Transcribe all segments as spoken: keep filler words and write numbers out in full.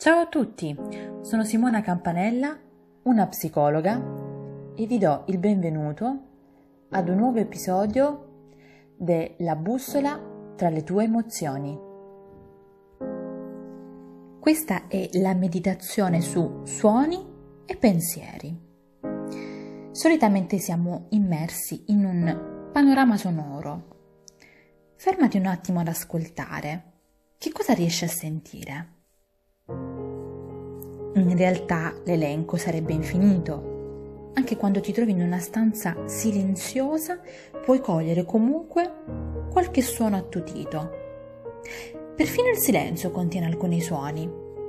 Ciao a tutti, sono Simona Campanella, una psicologa, e vi do il benvenuto ad un nuovo episodio della bussola tra le tue emozioni. Questa è la meditazione su suoni e pensieri. Solitamente siamo immersi in un panorama sonoro. Fermati un attimo ad ascoltare. Che cosa riesci a sentire? In realtà l'elenco sarebbe infinito. Anche quando ti trovi in una stanza silenziosa puoi cogliere comunque qualche suono attutito. Perfino il silenzio contiene alcuni suoni.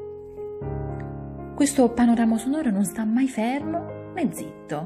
Questo panorama sonoro non sta mai fermo né zitto.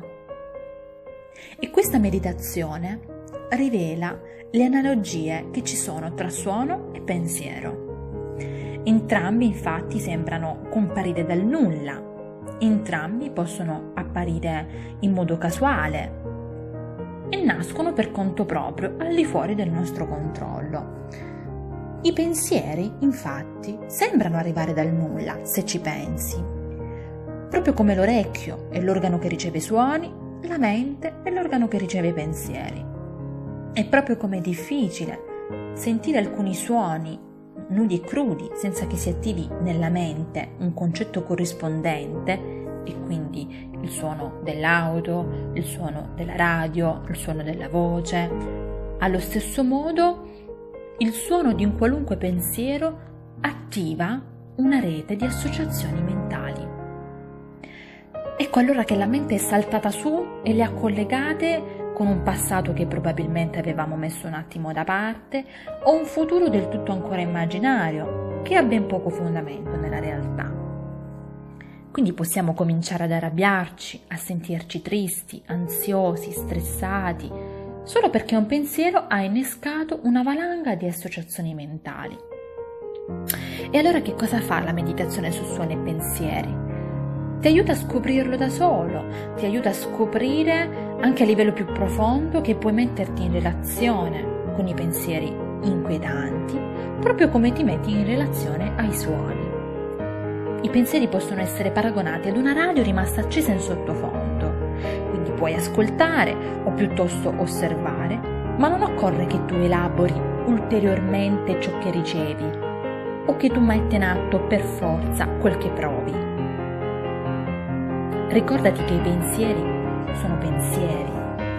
E questa meditazione rivela le analogie che ci sono tra suono e pensiero. Entrambi infatti sembrano comparire dal nulla, entrambi possono apparire in modo casuale e nascono per conto proprio, al di fuori del nostro controllo. I pensieri infatti sembrano arrivare dal nulla, se ci pensi. Proprio come l'orecchio è l'organo che riceve suoni, la mente è l'organo che riceve pensieri. È proprio come è difficile sentire alcuni suoni nudi e crudi senza che si attivi nella mente un concetto corrispondente, e quindi il suono dell'auto, il suono della radio, il suono della voce. Allo stesso modo, il suono di un qualunque pensiero attiva una rete di associazioni mentali. Ecco allora che la mente è saltata su e le ha collegate con un passato che probabilmente avevamo messo un attimo da parte, o un futuro del tutto ancora immaginario, che ha ben poco fondamento nella realtà. Quindi possiamo cominciare ad arrabbiarci, a sentirci tristi, ansiosi, stressati, solo perché un pensiero ha innescato una valanga di associazioni mentali. E allora che cosa fa la meditazione su suoni e pensieri? Ti aiuta a scoprirlo da solo, ti aiuta a scoprire anche a livello più profondo che puoi metterti in relazione con i pensieri inquietanti, proprio come ti metti in relazione ai suoni. I pensieri possono essere paragonati ad una radio rimasta accesa in sottofondo, quindi puoi ascoltare o piuttosto osservare, ma non occorre che tu elabori ulteriormente ciò che ricevi o che tu metta in atto per forza quel che provi. Ricordati che i pensieri sono pensieri.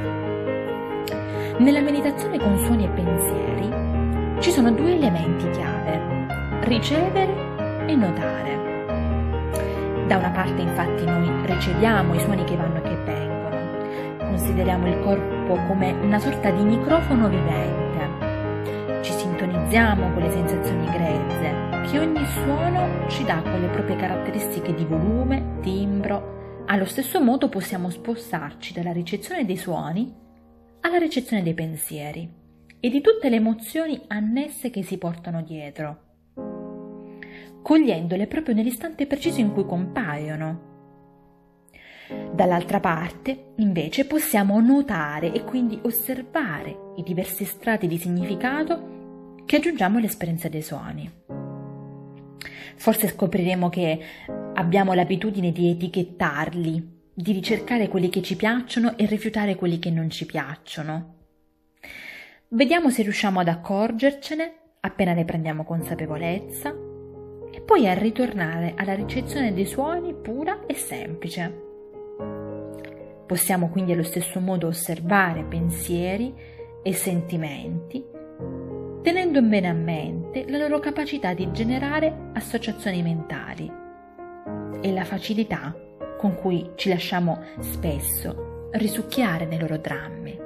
Nella meditazione con suoni e pensieri ci sono due elementi chiave: ricevere e notare. Da una parte infatti noi riceviamo i suoni che vanno e che vengono, consideriamo il corpo come una sorta di microfono vivente, ci sintonizziamo con le sensazioni grezze, che ogni suono ci dà con le proprie caratteristiche di volume, timbro. Allo stesso modo possiamo spostarci dalla ricezione dei suoni alla ricezione dei pensieri e di tutte le emozioni annesse che si portano dietro, cogliendole proprio nell'istante preciso in cui compaiono. Dall'altra parte, invece, possiamo notare e quindi osservare i diversi strati di significato che aggiungiamo all'esperienza dei suoni. Forse scopriremo che abbiamo l'abitudine di etichettarli, di ricercare quelli che ci piacciono e rifiutare quelli che non ci piacciono. Vediamo se riusciamo ad accorgercene appena ne prendiamo consapevolezza e poi a ritornare alla ricezione dei suoni pura e semplice. Possiamo quindi allo stesso modo osservare pensieri e sentimenti, tenendo bene a mente la loro capacità di generare associazioni mentali e la facilità con cui ci lasciamo spesso risucchiare nei loro drammi.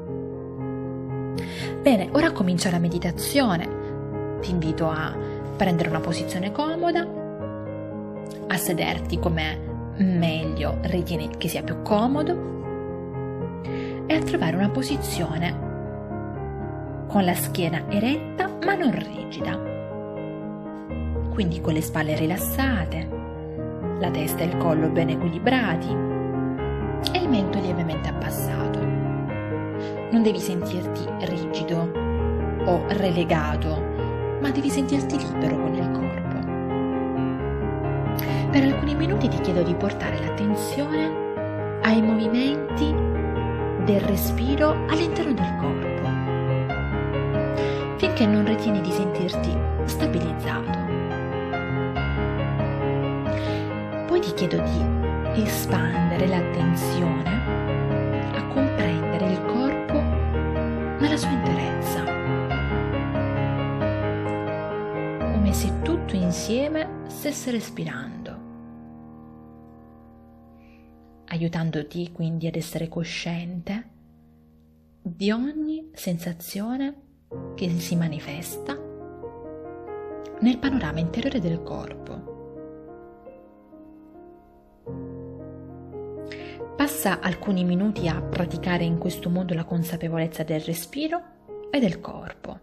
Bene, ora comincia la meditazione. Ti invito a prendere una posizione comoda, a sederti come meglio ritieni che sia più comodo e a trovare una posizione con la schiena eretta ma non rigida, quindi con le spalle rilassate, la testa e il collo ben equilibrati e il mento lievemente abbassato. Non devi sentirti rigido o relegato, ma devi sentirti libero con il corpo. Per alcuni minuti ti chiedo di portare l'attenzione ai movimenti del respiro all'interno del corpo, finché non ritieni di sentirti stabilizzato. Poi ti chiedo di espandere l'attenzione a comprendere il corpo nella sua interezza, come se tutto insieme stesse respirando, aiutandoti quindi ad essere cosciente di ogni sensazione che si manifesta nel panorama interiore del corpo. Passa alcuni minuti a praticare in questo modo la consapevolezza del respiro e del corpo.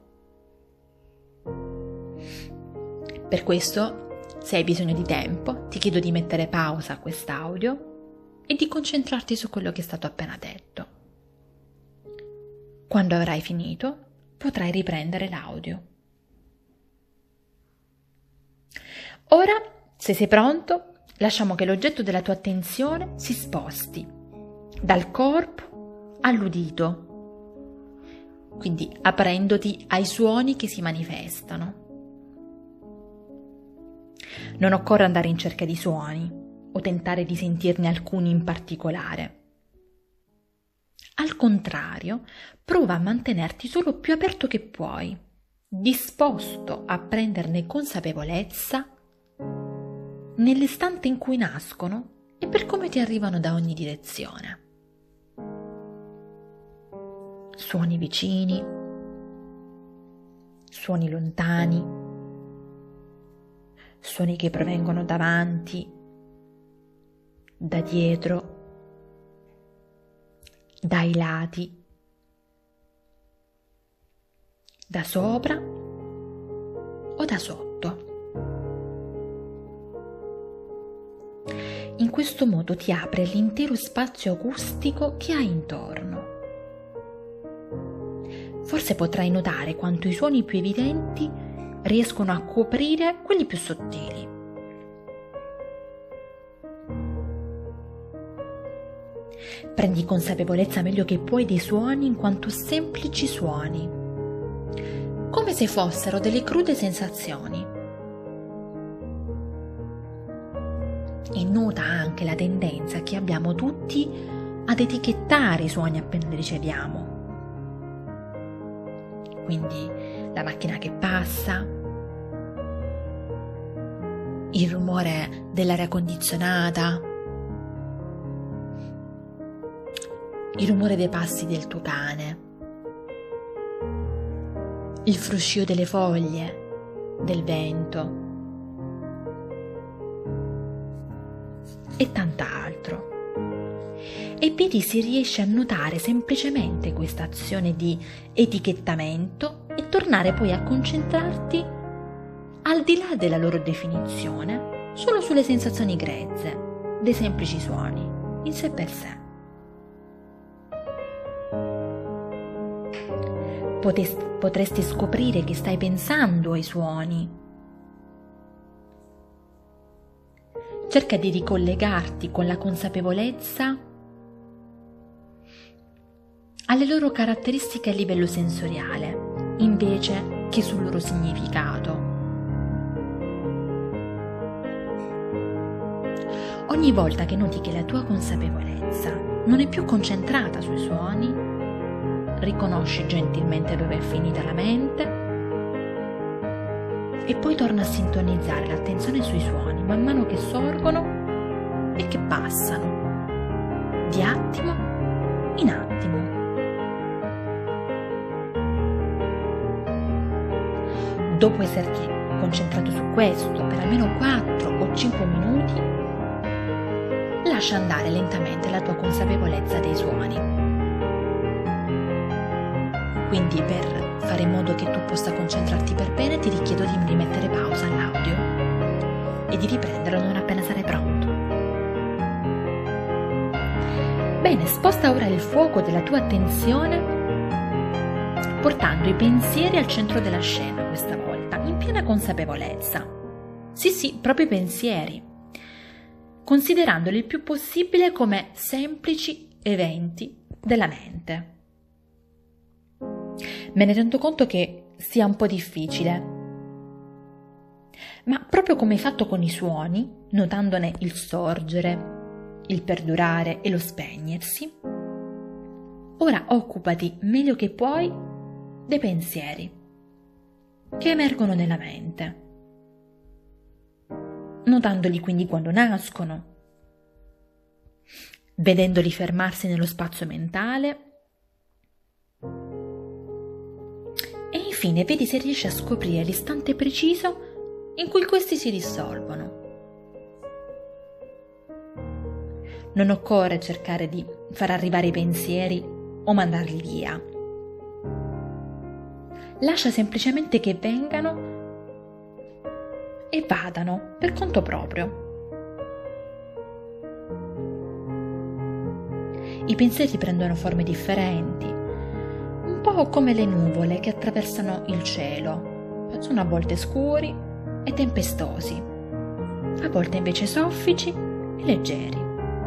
Per questo, se hai bisogno di tempo, ti chiedo di mettere pausa a quest'audio e di concentrarti su quello che è stato appena detto. Quando avrai finito, potrai riprendere l'audio. Ora, se sei pronto, lasciamo che l'oggetto della tua attenzione si sposti dal corpo all'udito, quindi aprendoti ai suoni che si manifestano. Non occorre andare in cerca di suoni o tentare di sentirne alcuni in particolare. Al contrario, prova a mantenerti solo più aperto che puoi, disposto a prenderne consapevolezza nell'istante in cui nascono e per come ti arrivano da ogni direzione. Suoni vicini, suoni lontani, suoni che provengono davanti, da dietro, dai lati, da sopra o da sotto. In questo modo ti apre l'intero spazio acustico che hai intorno. Forse potrai notare quanto i suoni più evidenti riescono a coprire quelli più sottili. Prendi consapevolezza meglio che puoi dei suoni in quanto semplici suoni, come se fossero delle crude sensazioni. E nota anche la tendenza che abbiamo tutti ad etichettare i suoni appena li riceviamo. Quindi la macchina che passa, il rumore dell'aria condizionata, il rumore dei passi del tuo cane, il fruscio delle foglie, del vento e tant'altro. E vedi se riesci a notare semplicemente questa azione di etichettamento e tornare poi a concentrarti, al di là della loro definizione, solo sulle sensazioni grezze dei semplici suoni in sé per sé. Potesti, potresti scoprire che stai pensando ai suoni. Cerca di ricollegarti con la consapevolezza alle loro caratteristiche a livello sensoriale, invece che sul loro significato. Ogni volta che noti che la tua consapevolezza non è più concentrata sui suoni, riconosci gentilmente dove è finita la mente e poi torna a sintonizzare l'attenzione sui suoni man mano che sorgono e che passano di attimo in attimo. Dopo esserti concentrato su questo per almeno quattro o cinque minuti, lascia andare lentamente la tua consapevolezza dei suoni. Quindi, per fare in modo che tu possa concentrarti per bene, ti richiedo di rimettere pausa all'audio e di riprenderlo non appena sarai pronto. Bene, sposta ora il fuoco della tua attenzione portando i pensieri al centro della scena questa volta, in piena consapevolezza. Sì, sì, proprio i pensieri. considerandoli il più possibile come semplici eventi della mente. Me ne rendo conto che sia un po' difficile, ma proprio come hai fatto con i suoni, notandone il sorgere, il perdurare e lo spegnersi, ora occupati meglio che puoi dei pensieri che emergono nella mente, notandoli quindi quando nascono, vedendoli fermarsi nello spazio mentale e infine vedi se riesci a scoprire l'istante preciso in cui questi si dissolvono. Non occorre cercare di far arrivare i pensieri o mandarli via. Lascia semplicemente che vengano e vadano per conto proprio. I pensieri prendono forme differenti, un po' come le nuvole che attraversano il cielo. Sono a volte scuri e tempestosi, a volte invece soffici e leggeri.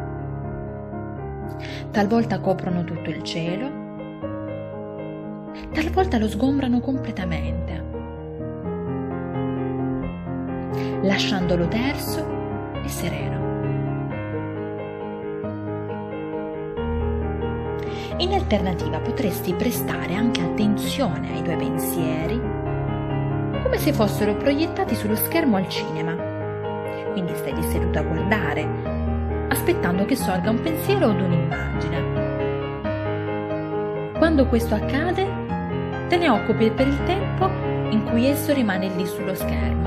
Talvolta coprono tutto il cielo, talvolta lo sgombrano completamente, lasciandolo terso e sereno. In alternativa potresti prestare anche attenzione ai tuoi pensieri, come se fossero proiettati sullo schermo al cinema. Quindi stai lì seduto a guardare, aspettando che sorga un pensiero od un'immagine. Quando questo accade, te ne occupi per il tempo in cui esso rimane lì sullo schermo.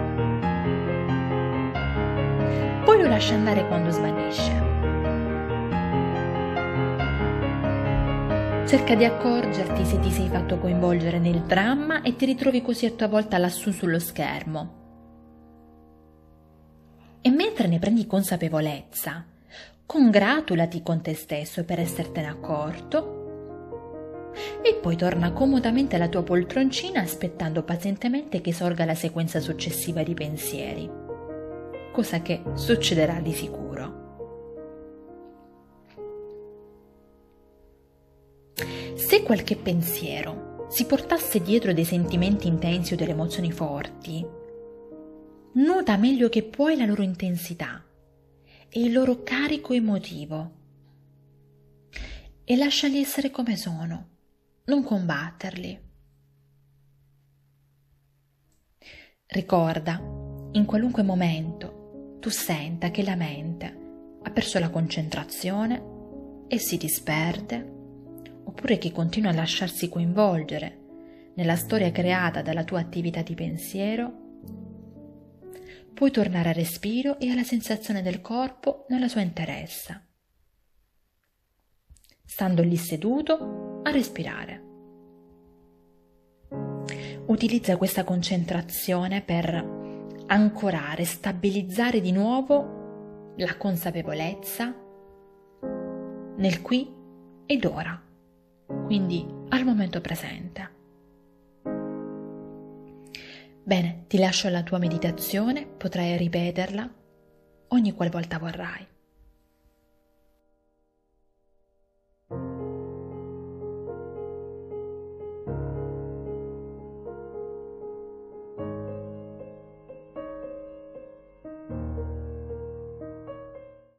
Poi lo lasci andare quando svanisce. Cerca di accorgerti se ti sei fatto coinvolgere nel dramma e ti ritrovi così a tua volta lassù sullo schermo. E mentre ne prendi consapevolezza, congratulati con te stesso per essertene accorto e poi torna comodamente alla tua poltroncina aspettando pazientemente che sorga la sequenza successiva di pensieri, cosa che succederà di sicuro. Se qualche pensiero si portasse dietro dei sentimenti intensi o delle emozioni forti, nota meglio che puoi la loro intensità e il loro carico emotivo e lasciali essere come sono, non combatterli. Ricorda, in qualunque momento tu senta che la mente ha perso la concentrazione e si disperde, oppure che continua a lasciarsi coinvolgere nella storia creata dalla tua attività di pensiero, puoi tornare al respiro e alla sensazione del corpo nella sua interezza, stando lì seduto a respirare. Utilizza questa concentrazione per ancorare, stabilizzare di nuovo la consapevolezza nel qui ed ora, quindi al momento presente. Bene, ti lascio alla tua meditazione, potrai ripeterla ogni qualvolta vorrai.